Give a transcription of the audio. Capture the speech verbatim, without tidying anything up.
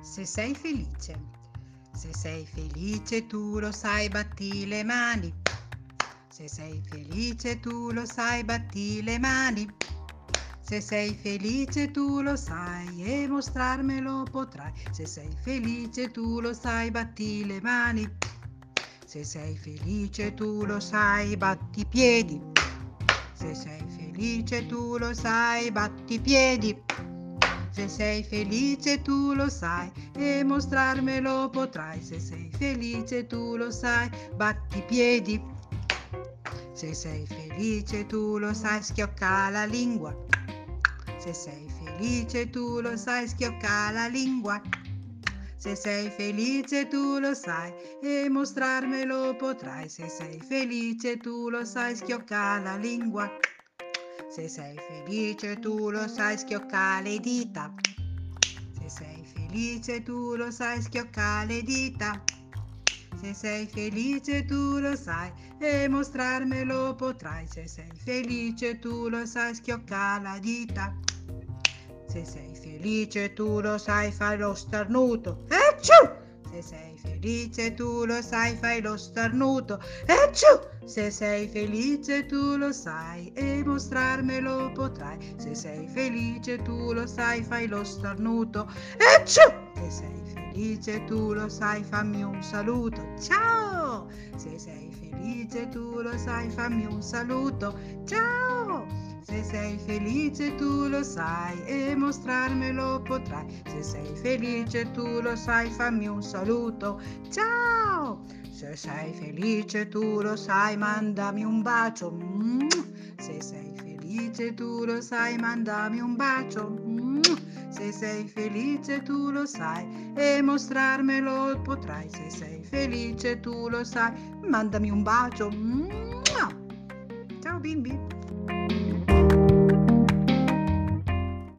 Se sei felice, se sei felice tu lo sai, batti le mani. Se sei felice tu lo sai, batti le mani. Se sei felice tu lo sai e mostrarmelo potrai. Se sei felice tu lo sai, batti le mani. Se sei felice tu lo sai, batti i piedi. Se sei felice tu lo sai, batti i piedi. Se sei felice tu lo sai e mostrarmelo potrai. Se sei felice tu lo sai, batti i piedi. Se sei felice tu lo sai, schiocca la lingua. Se sei felice tu lo sai, schiocca la lingua. Se sei felice tu lo sai e mostrarmelo potrai. Se sei felice tu lo sai, schiocca la lingua. Se sei felice tu lo sai, schiocca le dita. Se sei felice tu lo sai, schiocca le dita. Se sei felice tu lo sai e mostrarmelo potrai. Se sei felice tu lo sai, schiocca la dita. Se sei felice tu lo sai, fai lo starnuto. Ecciu! Se sei felice tu lo sai, fai lo starnuto. Ecciu! Se sei felice tu lo sai e mostrarmelo potrai. Se sei felice tu lo sai, fai lo starnuto. Ecciu! Se sei felice tu lo sai, fammi un saluto. Ciao! Se sei felice tu lo sai, fammi un saluto. Ciao! Se sei felice tu lo sai e mostrarmelo potrai. Se sei felice tu lo sai, fammi un saluto. Ciao! Se sei felice tu lo sai, mandami un bacio. Se sei felice tu lo sai, mandami un bacio. Se sei felice tu lo sai e mostrarmelo potrai. Se sei felice tu lo sai, mandami un bacio. Ciao bimbi!